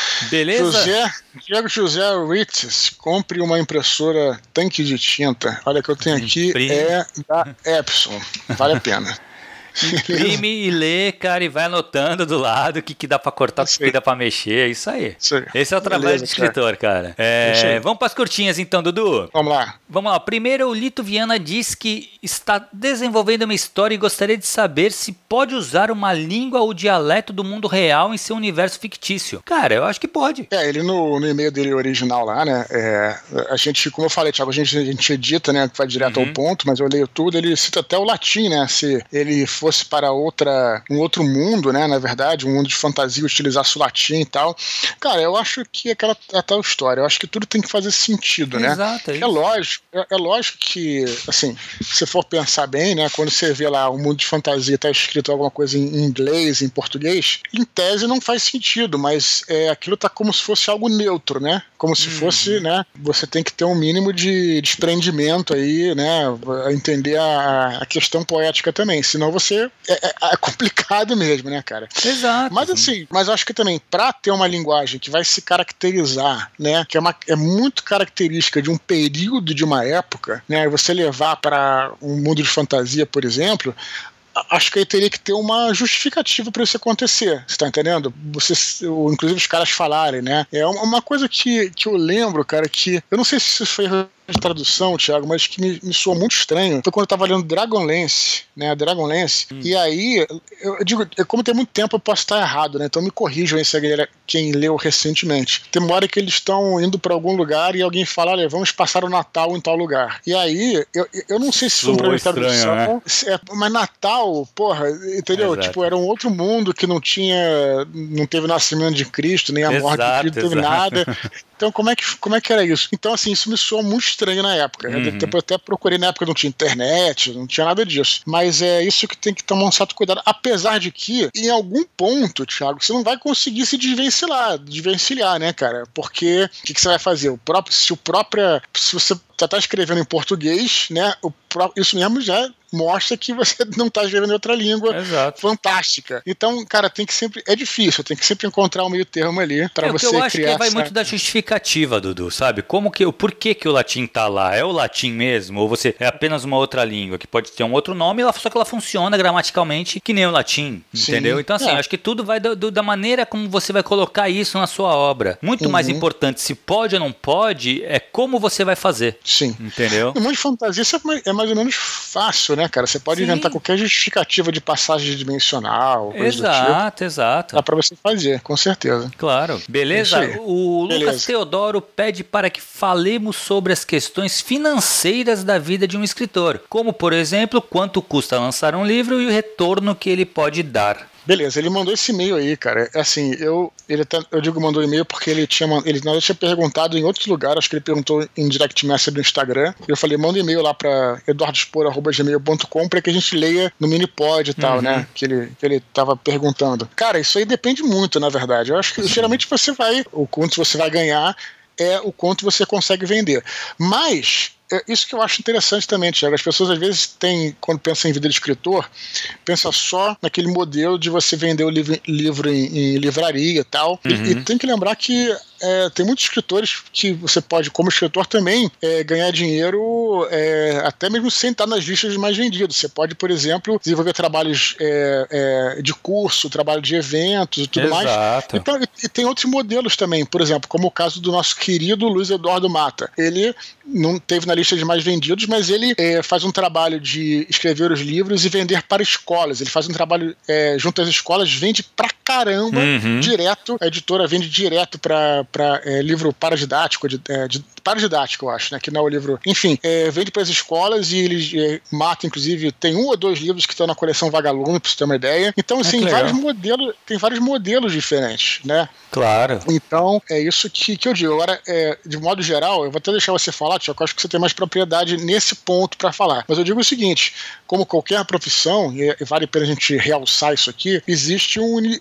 Beleza? Diego José Rittes, compre uma impressora tanque de tinta. Olha, que eu tenho aqui é da Epson. Vale a pena. Imprime e lê, cara, e vai anotando do lado o que dá pra cortar, o que dá pra mexer, é isso aí. Esse é o trabalho de escritor, cara. Vamos pras curtinhas então, Dudu? Vamos lá. Primeiro, o Lito Viana diz que está desenvolvendo uma história e gostaria de saber se pode usar uma língua ou dialeto do mundo real em seu universo fictício. Cara, eu acho que pode. Ele no e-mail dele original lá, né, a gente, como eu falei, Thiago, a gente edita, né, vai direto ao ponto, mas eu leio tudo, ele cita até o latim, né, se ele fosse para um outro mundo, né, na verdade, um mundo de fantasia, utilizasse o latim e tal. Cara, eu acho que a tal história, eu acho que tudo tem que fazer sentido, né? Exato, é lógico que, assim, se for pensar bem, né, quando você vê lá o mundo de fantasia tá escrito alguma coisa em inglês, em português, em tese não faz sentido, mas aquilo tá como se fosse algo neutro, né? Como se fosse, né, você tem que ter um mínimo de desprendimento aí, né, entender a questão poética também, senão você é complicado mesmo, né, cara? Exato. Mas assim, eu acho que também, pra ter uma linguagem que vai se caracterizar, né, que é muito característica de um período, de uma época, né, você levar para um mundo de fantasia, por exemplo, acho que aí teria que ter uma justificativa para isso acontecer, você tá entendendo? Inclusive os caras falarem, né? É uma coisa que eu lembro, cara, que eu não sei se isso foi de tradução, Thiago, mas que me soou muito estranho. Foi quando eu tava lendo Dragonlance, né? Dragonlance. E aí, eu digo, como tem muito tempo, eu posso estar errado, né? Então me corrijam aí se a galera, quem leu recentemente. Tem uma hora que eles estão indo pra algum lugar e alguém fala, olha, vamos passar o Natal em tal lugar. E aí, eu não sei se foi um problema de tradução, né? Mas Natal, porra, entendeu? Exato. Tipo, era um outro mundo que não teve o nascimento de Cristo, nem a morte de Cristo, não teve nada. Então, como é que era isso? Então, assim, isso me soou muito estranho na época. Eu até procurei na época, não tinha internet, não tinha nada disso. Mas é isso que tem que tomar um certo cuidado. Apesar de que, em algum ponto, Thiago, você não vai conseguir se desvencilhar, né, cara? Porque o que você vai fazer? Se você tá escrevendo em português, né, isso mesmo já mostra que você não está escrevendo em outra língua. Exato. Fantástica. Então, cara, é difícil, tem que sempre encontrar um meio termo ali para você criar. Eu acho que vai muito da justificativa, Dudu, sabe? Por que o latim tá lá? É o latim mesmo? Ou você é apenas uma outra língua que pode ter um outro nome, só que ela funciona gramaticalmente que nem o latim, entendeu? Então, assim, acho que tudo vai da maneira como você vai colocar isso na sua obra. Muito mais importante se pode ou não pode é como você vai fazer. Sim. Entendeu? No mundo de fantasia isso é mais ou menos fácil, né, cara? Você pode inventar qualquer justificativa de passagem dimensional. Exato. Dá pra você fazer, com certeza. Claro. Beleza? O Lucas Teodoro pede para que falemos sobre as questões financeiras da vida de um escritor. Como, por exemplo, quanto custa lançar um livro e o retorno que ele pode dar. Beleza, ele mandou esse e-mail aí, cara. Assim, eu digo mandou e-mail porque ele tinha perguntado em outros lugares, acho que ele perguntou em direct message do Instagram. Eu falei, manda um e-mail lá pra eduardospor@gmail.com pra que a gente leia no Minipod e tal, né? Que ele tava perguntando. Cara, isso aí depende muito, na verdade. Eu acho que geralmente o quanto você vai ganhar é o quanto você consegue vender. Mas isso que eu acho interessante também, Thiago. As pessoas às vezes quando pensam em vida de escritor, pensa só naquele modelo de você vender o livro em livraria e tal. E tem que lembrar que tem muitos escritores que você pode, como escritor também, ganhar dinheiro até mesmo sem estar nas listas mais vendidos. Você pode, por exemplo, desenvolver trabalhos de curso, trabalho de eventos e tudo mais. Então, e tem outros modelos também, por exemplo, como o caso do nosso querido Luiz Eduardo Mata. Ele não teve na lista de mais vendidos, mas ele faz um trabalho de escrever os livros e vender para escolas. Ele faz um trabalho junto às escolas, vende pra caramba, direto, a editora vende direto para para livro paradidático, paradidático, eu acho, né? Que não é o livro. Enfim, vende para as escolas e eles matam, inclusive, tem 1 ou 2 livros que estão na coleção Vagalume, para você ter uma ideia. Então, assim, tem vários modelos diferentes, né? Claro. Então, é isso que eu digo. Agora, de modo geral, eu vou até deixar você falar, Tiago, eu acho que você tem mais propriedade nesse ponto para falar. Mas eu digo o seguinte, como qualquer profissão, e vale a pena a gente realçar isso aqui, existe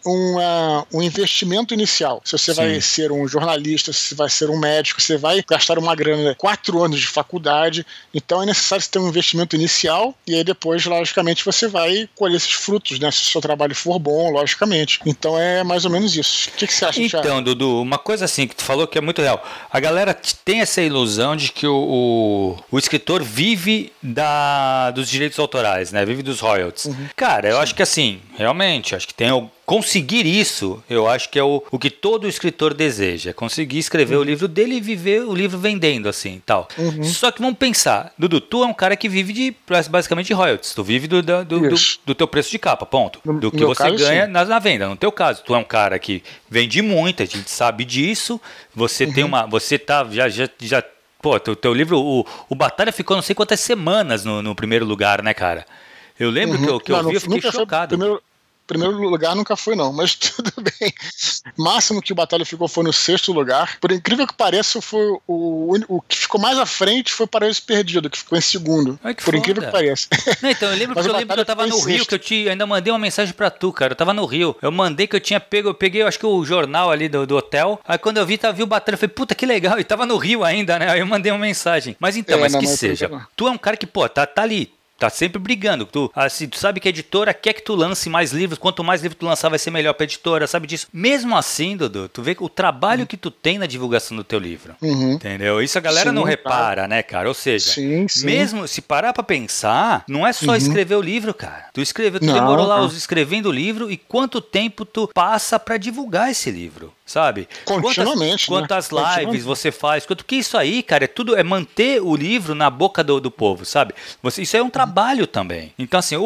um investimento inicial. Se você vai ser um jornalista, se você vai ser um médico, você vai gastar uma grana, 4 anos de faculdade, então é necessário você ter um investimento inicial e aí depois, logicamente, você vai colher esses frutos, né? Se o seu trabalho for bom, logicamente. Então é mais ou menos isso. O que você acha, Thiago? Então, Dudu, uma coisa assim que tu falou que é muito real. A galera tem essa ilusão de que o escritor vive dos direitos autorais, né? Vive dos royalties. Cara, eu acho que assim, realmente, acho que tem conseguir isso, eu acho que é o que todo escritor deseja, conseguir escrever o livro dele e viver o livro vendendo, assim, tal. Só que vamos pensar, Dudu, tu é um cara que vive basicamente de royalties, tu vive do teu preço de capa, ponto. Do que você ganha na venda. No teu caso, tu é um cara que vende muito, a gente sabe disso, você tem você tá, já pô, teu livro, o Batalha ficou não sei quantas semanas no primeiro lugar, né, cara? Eu lembro que eu vi, eu fiquei chocado. Primeiro lugar nunca foi, não, mas tudo bem. Máximo que o Batalha ficou foi no 6º lugar. Por incrível que pareça, foi o que ficou mais à frente foi Paraíso Perdido, que ficou em 2º. Ai, que por foda. Incrível que pareça. Não, então, eu lembro que eu tava no Rio, que eu ainda mandei uma mensagem pra tu, cara. Eu tava no Rio. Eu mandei que eu tinha eu peguei, eu acho que o jornal ali do hotel. Aí quando eu vi o Batalha, eu falei, puta, que legal. E tava no Rio ainda, né? Aí eu mandei uma mensagem. Mas então, seja. Tu é um cara que, pô, tá ali. Tá sempre brigando. Tu sabe que a editora quer que tu lance mais livros. Quanto mais livros tu lançar, vai ser melhor pra editora. Sabe disso? Mesmo assim, Dudu, tu vê o trabalho que tu tem na divulgação do teu livro. Entendeu? Isso a galera não repara, né, cara? Ou seja, mesmo se parar pra pensar, não é só escrever o livro, cara. Tu demorou lá escrevendo o livro e quanto tempo tu passa pra divulgar esse livro. Sabe? Continuamente. Quantas lives você faz? Que isso aí, cara, é manter o livro na boca do povo, sabe? Isso é um trabalho também. Então, assim,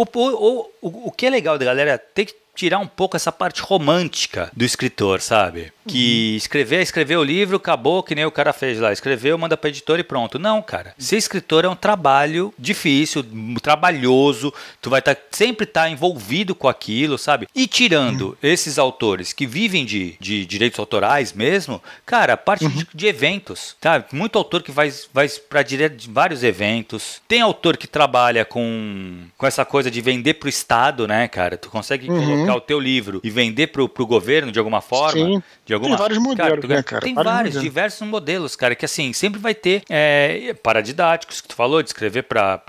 o que é legal da galera ter que tirar um pouco essa parte romântica do escritor, sabe? Que escrever o livro, acabou, que nem o cara fez lá. Escreveu, manda pra editora e pronto. Não, cara. Ser escritor é um trabalho difícil, trabalhoso. Tu vai sempre estar envolvido com aquilo, sabe? E tirando esses autores que vivem de direitos autorais mesmo, cara, a parte de eventos, tá? Muito autor que vai pra direto de vários eventos. Tem autor que trabalha com essa coisa de vender pro Estado, né, cara? Tu consegue colocar o teu livro e vender pro governo de alguma forma. Sim. Tem vários modelos, né, cara? Tem diversos modelos, cara, que assim, sempre vai ter paradidáticos, que tu falou, de escrever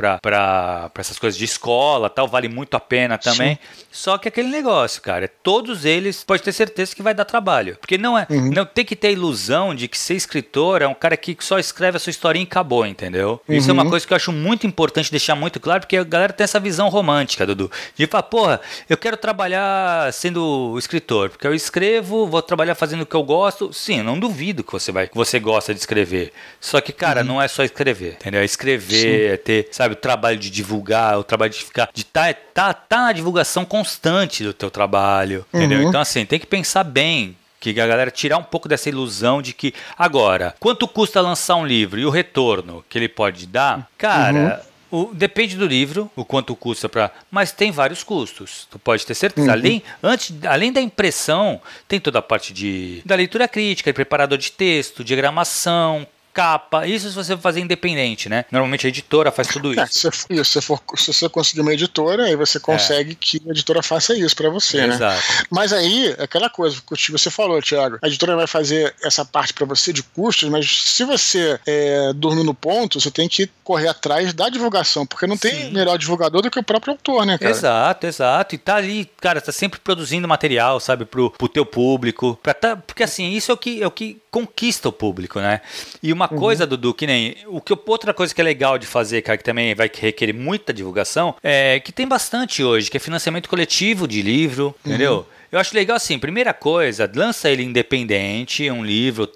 pra essas coisas de escola, tal, vale muito a pena também. Sim. Só que aquele negócio, cara, todos eles, pode ter certeza que vai dar trabalho. Porque não tem que ter a ilusão de que ser escritor é um cara que só escreve a sua historinha e acabou, entendeu? Isso é uma coisa que eu acho muito importante deixar muito claro, porque a galera tem essa visão romântica, Dudu, de falar, porra, eu quero trabalhar sendo escritor, porque eu escrevo, vou trabalhar fazendo o que eu gosto. Sim, eu não duvido que você gosta de escrever. Só que, cara, não é só escrever, entendeu? É escrever, é ter, sabe, o trabalho de divulgar, o trabalho de ficar, de tá na divulgação constante do teu trabalho, entendeu? Então, assim, tem que pensar bem, que a galera tirar um pouco dessa ilusão de que, agora, quanto custa lançar um livro e o retorno que ele pode dar, cara... Depende do livro, o quanto custa mas tem vários custos. Tu pode ter certeza. Além da impressão, tem toda a parte da leitura crítica, de preparador de texto, diagramação, capa, isso se você fazer independente, né? Normalmente a editora faz tudo isso. Se você conseguir uma editora, aí você consegue que a editora faça isso pra você, Exato. Né? Mas aí, aquela coisa que você falou, Thiago, a editora vai fazer essa parte pra você de custos, mas se você dormir no ponto, você tem que correr atrás da divulgação, porque não tem melhor divulgador do que o próprio autor, né, cara? Exato. E tá ali, cara, tá sempre produzindo material, sabe, pro teu público, porque assim, isso é o que conquista o público, né? E uma coisa, Dudu, que nem... outra coisa que é legal de fazer, cara, que também vai requerer muita divulgação, que tem bastante hoje, que é financiamento coletivo de livro, entendeu? Eu acho legal assim, primeira coisa, lança ele independente, um livro e tal,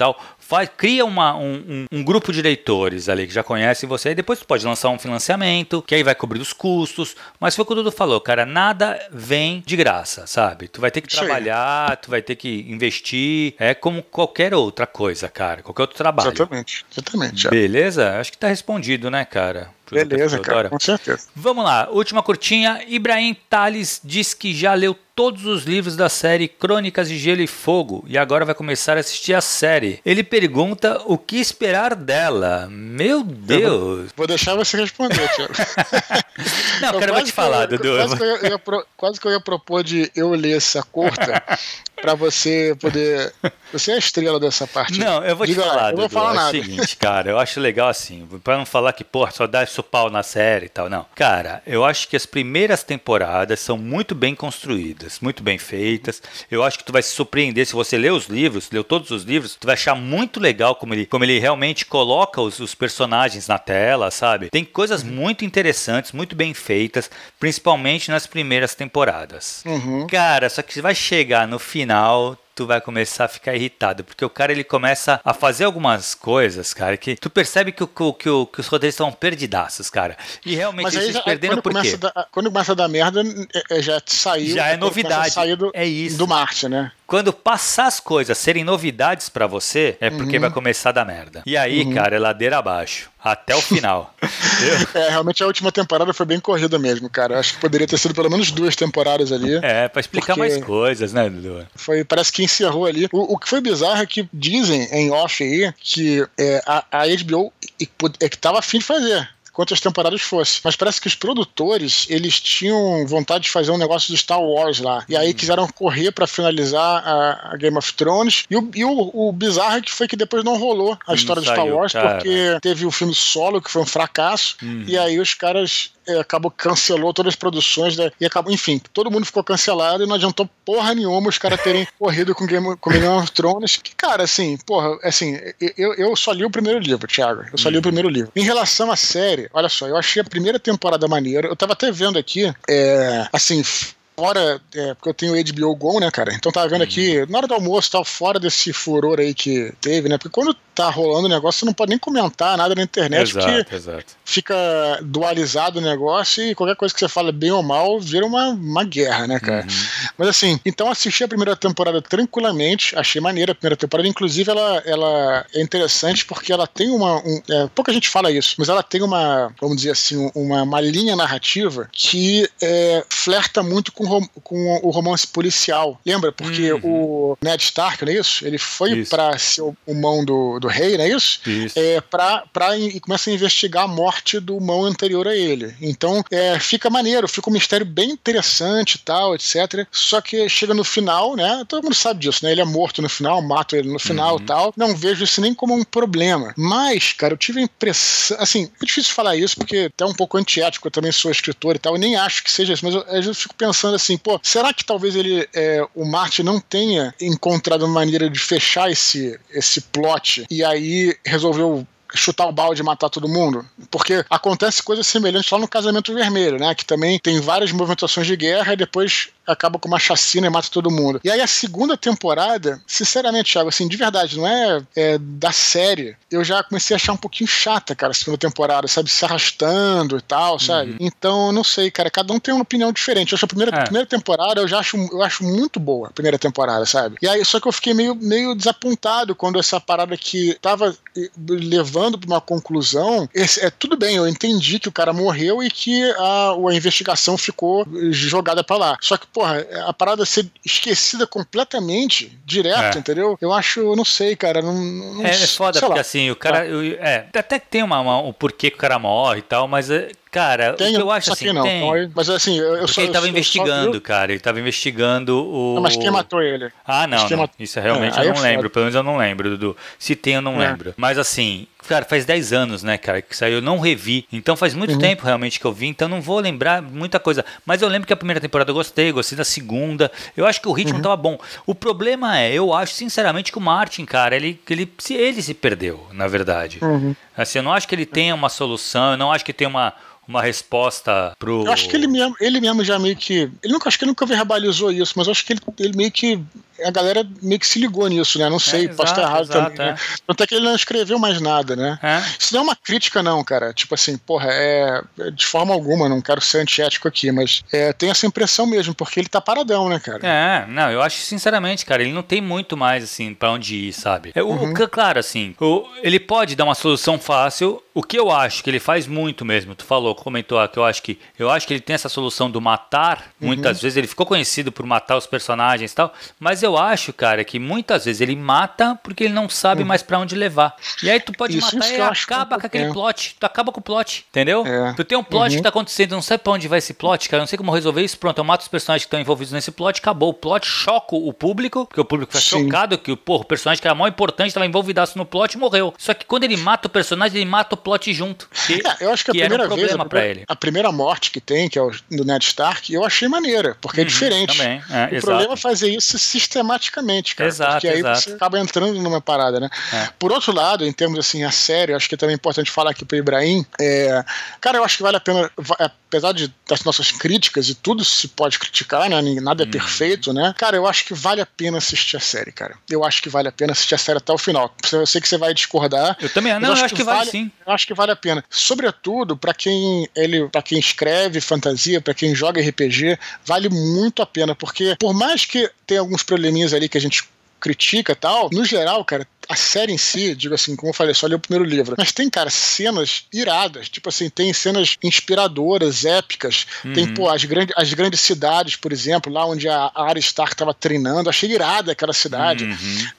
cria um grupo de leitores ali que já conhecem você, e depois tu pode lançar um financiamento, que aí vai cobrir os custos, mas foi o que o Dudu falou, cara, nada vem de graça, sabe? Tu vai ter que trabalhar, tu vai ter que investir, é como qualquer outra coisa, cara, qualquer outro trabalho. Exatamente. Beleza? Acho que tá respondido, né, cara? Beleza, cara, com certeza. Vamos lá, última curtinha. Ibrahim Tales diz que já leu todos os livros da série Crônicas de Gelo e Fogo e agora vai começar a assistir a série. Ele pergunta o que esperar dela. Meu Deus! Vou deixar você responder, Thiago. Não, eu quero te falar, Dudu. Quase que eu ia propor de eu ler essa curta pra você poder... Você é a estrela dessa parte. Não, eu vou te falar, Dudu. Eu vou falar nada. É o seguinte, cara, eu acho legal assim, pra não falar que, porra, só dá isso pau na série e tal, não. Cara, eu acho que as primeiras temporadas são muito bem construídas, muito bem feitas. Eu acho que tu vai se surpreender se você ler os livros, leu todos os livros, tu vai achar muito legal como ele realmente coloca os personagens na tela, sabe? Tem coisas muito interessantes, muito bem feitas, principalmente nas primeiras temporadas. Cara, só que vai chegar no final, tu vai começar a ficar irritado, porque o cara ele começa a fazer algumas coisas, cara, que tu percebe que os roteiristas estão perdidaços, cara. E realmente eles se perderam por quê? Quando começa a dar merda, já saiu. Já é novidade. É isso. Do Marte, né? Quando passar as coisas serem novidades pra você, é porque vai começar a dar merda. E aí, cara, é ladeira abaixo. Até o final. Realmente a última temporada foi bem corrida mesmo, cara. Acho que poderia ter sido pelo menos 2 temporadas ali. Pra explicar mais coisas, né, Dudu? Parece que encerrou ali. O que foi bizarro é que dizem em off aí que a HBO que tava afim de fazer quantas temporadas fosse. Mas parece que os produtores, eles tinham vontade de fazer um negócio do Star Wars lá. E aí quiseram correr pra finalizar a Game of Thrones. E o bizarro é que foi que depois não rolou a história do Star Wars, porque teve o filme Solo, que foi um fracasso. E aí os caras cancelou todas as produções, né? E acabou, enfim, todo mundo ficou cancelado e não adiantou porra nenhuma os caras terem corrido com Game of Thrones. Que, cara, assim, porra, assim, eu só li o primeiro livro, Thiago. Eu só li o primeiro livro. Em relação à série, olha só, eu achei a primeira temporada maneira. Eu tava até vendo aqui, assim, fora, porque eu tenho HBO Go, né, cara? Então tava vendo aqui, na hora do almoço, tal, fora desse furor aí que teve, né? Porque quando tá rolando o negócio, você não pode nem comentar nada na internet, porque fica dualizado o negócio e qualquer coisa que você fala bem ou mal vira uma guerra, né, cara? Mas assim, então assisti a primeira temporada tranquilamente, achei maneira a primeira temporada, inclusive ela é interessante porque ela tem pouca gente fala isso, mas ela tem vamos dizer assim, uma linha narrativa que flerta muito com o romance policial. Lembra? Porque o Ned Stark, não é isso? Ele foi pra ser o mão do rei, não é isso? E começa a investigar a morte do mão anterior a ele. Então, fica maneiro, fica um mistério bem interessante e tal, etc. Só que chega no final, né? Todo mundo sabe disso, né? Ele é morto no final, mato ele no final e tal. Não vejo isso nem como um problema. Mas, cara, eu tive a impressão... Assim, é difícil falar isso, porque é um pouco antiético, eu também sou escritor e tal, eu nem acho que seja isso, mas às vezes eu fico pensando assim, pô, será que talvez o Martin não tenha encontrado uma maneira de fechar esse plot e aí resolveu chutar o balde e matar todo mundo? Porque acontece coisas semelhantes lá no Casamento Vermelho, né? Que também tem várias movimentações de guerra e depois acaba com uma chacina e mata todo mundo. E aí a segunda temporada, sinceramente, Thiago, assim, de verdade, não da série, eu já comecei a achar um pouquinho chata, cara, a segunda temporada, sabe? Se arrastando e tal, sabe? Então, não sei, cara, cada um tem uma opinião diferente. Eu acho a primeira temporada, eu acho muito boa a primeira temporada, sabe? E aí, só que eu fiquei meio desapontado quando essa parada que tava levando pra uma conclusão, tudo bem, eu entendi que o cara morreu e que a investigação ficou jogada pra lá. Só que, porra, a parada ser esquecida completamente, direto, entendeu? Eu acho, não sei, cara, não é foda, porque assim, o cara, até que tem o porquê que o cara morre e tal, mas... Cara, o que eu acho assim, não. Tem. Então, mas assim, ele tava investigando, cara. Ele tava investigando o... Não, mas quem matou ele? Ah, não. Isso realmente eu não lembro. Pelo menos eu não lembro, Dudu. Se tem, eu não lembro. Mas assim, cara, faz 10 anos, né, cara, que saiu. Eu não revi. Então faz muito tempo realmente que eu vi. Então não vou lembrar muita coisa. Mas eu lembro que a primeira temporada eu gostei da segunda. Eu acho que o ritmo tava bom. O problema eu acho, sinceramente, que o Martin, cara, ele se perdeu, na verdade. Assim, eu não acho que ele tenha uma solução, eu não acho que tenha uma resposta pro... Eu acho que ele mesmo já meio que... Acho que ele nunca verbalizou isso, mas eu acho que ele meio que... A galera meio que se ligou nisso, né? Não sei, posso estar errado também. Né? Tanto é que ele não escreveu mais nada, né? Isso não é uma crítica, não, cara. Tipo assim, porra, de forma alguma, não quero ser antiético aqui, mas tem essa impressão mesmo, porque ele tá paradão, né, cara? Não, eu acho sinceramente, cara, ele não tem muito mais, assim, pra onde ir, sabe? Claro, assim, ele pode dar uma solução fácil. O que eu acho que ele faz muito mesmo, tu comentou que eu acho que ele tem essa solução do matar, muitas vezes ele ficou conhecido por matar os personagens e tal, mas eu acho, cara, que muitas vezes ele mata porque ele não sabe mais pra onde levar. E aí tu pode matar e acaba com aquele plot, tu acaba com o plot, entendeu? Tu tem um plot que tá acontecendo, não sabe pra onde vai esse plot, cara, não sei como resolver isso, pronto, eu mato os personagens que estão envolvidos nesse plot, acabou, o plot choca o público, porque o público fica chocado que o personagem que era mais importante estava envolvidaço no plot e morreu. Só que quando ele mata o personagem, ele mata o plot junto. Eu acho que a primeira vez, a primeira morte que tem, que é o do Ned Stark, eu achei maneira, porque é diferente. Também, o problema é fazer isso sistematicamente, cara. Porque aí você acaba entrando numa parada, né? Por outro lado, em termos assim, a série, acho que é também importante falar aqui pro Ibrahim, cara, eu acho que vale a pena, apesar das nossas críticas, e tudo se pode criticar, né? Nada é perfeito, né? Cara, eu acho que vale a pena assistir a série, cara. Eu acho que vale a pena assistir a série até o final. Eu sei que você vai discordar. Eu também, eu acho que vale sim. Eu acho que vale a pena. Sobretudo, pra quem escreve fantasia, pra quem joga RPG, vale muito a pena, porque por mais que tenha alguns probleminhas ali que a gente critica e tal, no geral, cara, a série em si, digo assim, como eu falei, só li o primeiro livro, mas tem, cara, cenas iradas, tipo assim, tem cenas inspiradoras, épicas, tem, pô, as grandes cidades, por exemplo, lá onde a Arya Stark tava treinando, achei irada aquela cidade.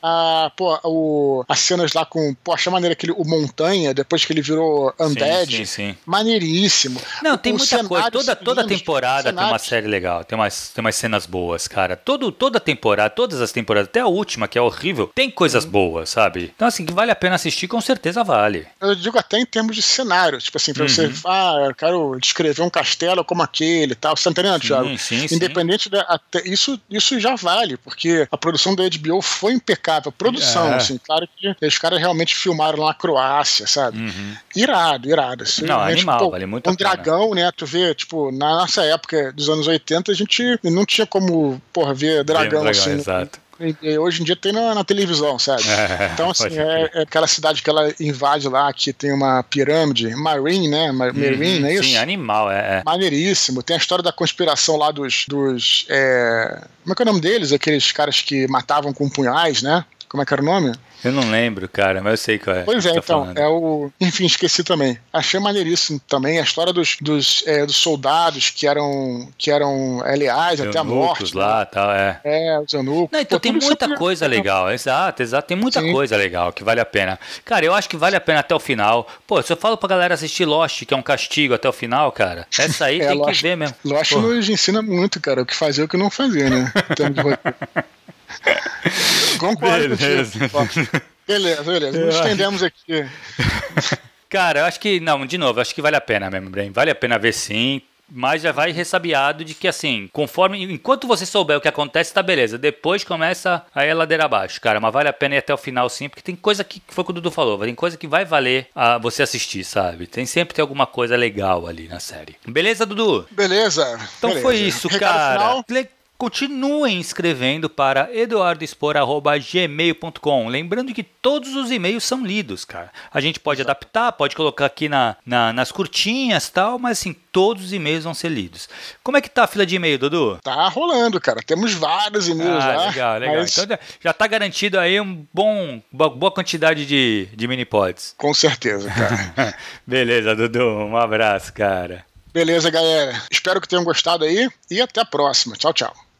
As cenas lá com, pô, achei maneiro o Montanha, depois que ele virou Undead, maneiríssimo. Não, tem muita coisa, toda temporada tem uma série legal, tem umas cenas boas, cara, toda temporada, todas as temporadas, até a última, que é horrível, tem coisas boas, sabe? Então, assim, que vale a pena assistir, com certeza vale. Eu digo até em termos de cenário, tipo assim, pra você, eu quero descrever um castelo como aquele e tal, você tá entendendo, Thiago? Independente até isso já vale, porque a produção da HBO foi impecável, assim, claro que os caras realmente filmaram lá na Croácia, sabe? Irado, assim, não, animal, vale muito a pena. Dragão, né, tu vê, tipo, na nossa época dos anos 80, a gente não tinha como, porra, ver dragão assim. Exato. Hoje em dia tem na televisão, sabe? Então, assim, é aquela cidade que ela invade lá, que tem uma pirâmide, Marine, né? Marine, não é isso? Sim, animal, Maneiríssimo. Tem a história da conspiração lá dos como é que é o nome deles? Aqueles caras que matavam com punhais, né? Como é que era o nome? Eu não lembro, cara, mas eu sei qual é. Pois é, então, enfim, esqueci também. Achei maneiríssimo também a história dos soldados que eram leais até a morte. Lá, tal, os eunucos. Não, então tem muita coisa legal, exato, tem muita coisa legal que vale a pena. Cara, eu acho que vale a pena até o final. Pô, se eu falo pra galera assistir Lost, que é um castigo até o final, cara, essa aí tem que ver mesmo. Lost nos ensina muito, cara, o que fazer e o que não fazer, né? Concordo contigo. Beleza. Nos estendemos aqui. Cara, eu acho que, não, de novo, eu acho que vale a pena mesmo, Breno. Vale a pena ver sim, mas já vai ressabiado de que, assim, enquanto você souber o que acontece, tá beleza. Depois começa aí a ladeira abaixo, cara. Mas vale a pena ir até o final sim, porque tem coisa que foi o que o Dudu falou, tem coisa que vai valer você assistir, sabe? Sempre tem alguma coisa legal ali na série. Beleza, Dudu? Beleza. Então foi isso, cara. Continuem escrevendo para eduardospor@gmail.com. Lembrando que todos os e-mails são lidos, cara. A gente pode adaptar, pode colocar aqui nas curtinhas e tal, mas assim, todos os e-mails vão ser lidos. Como é que tá a fila de e-mail, Dudu? Tá rolando, cara. Temos vários e-mails lá. Legal. Mas... Então já tá garantido aí uma boa quantidade de mini-pods. Com certeza, cara. Beleza, Dudu. Um abraço, cara. Beleza, galera. Espero que tenham gostado aí e até a próxima. Tchau, tchau.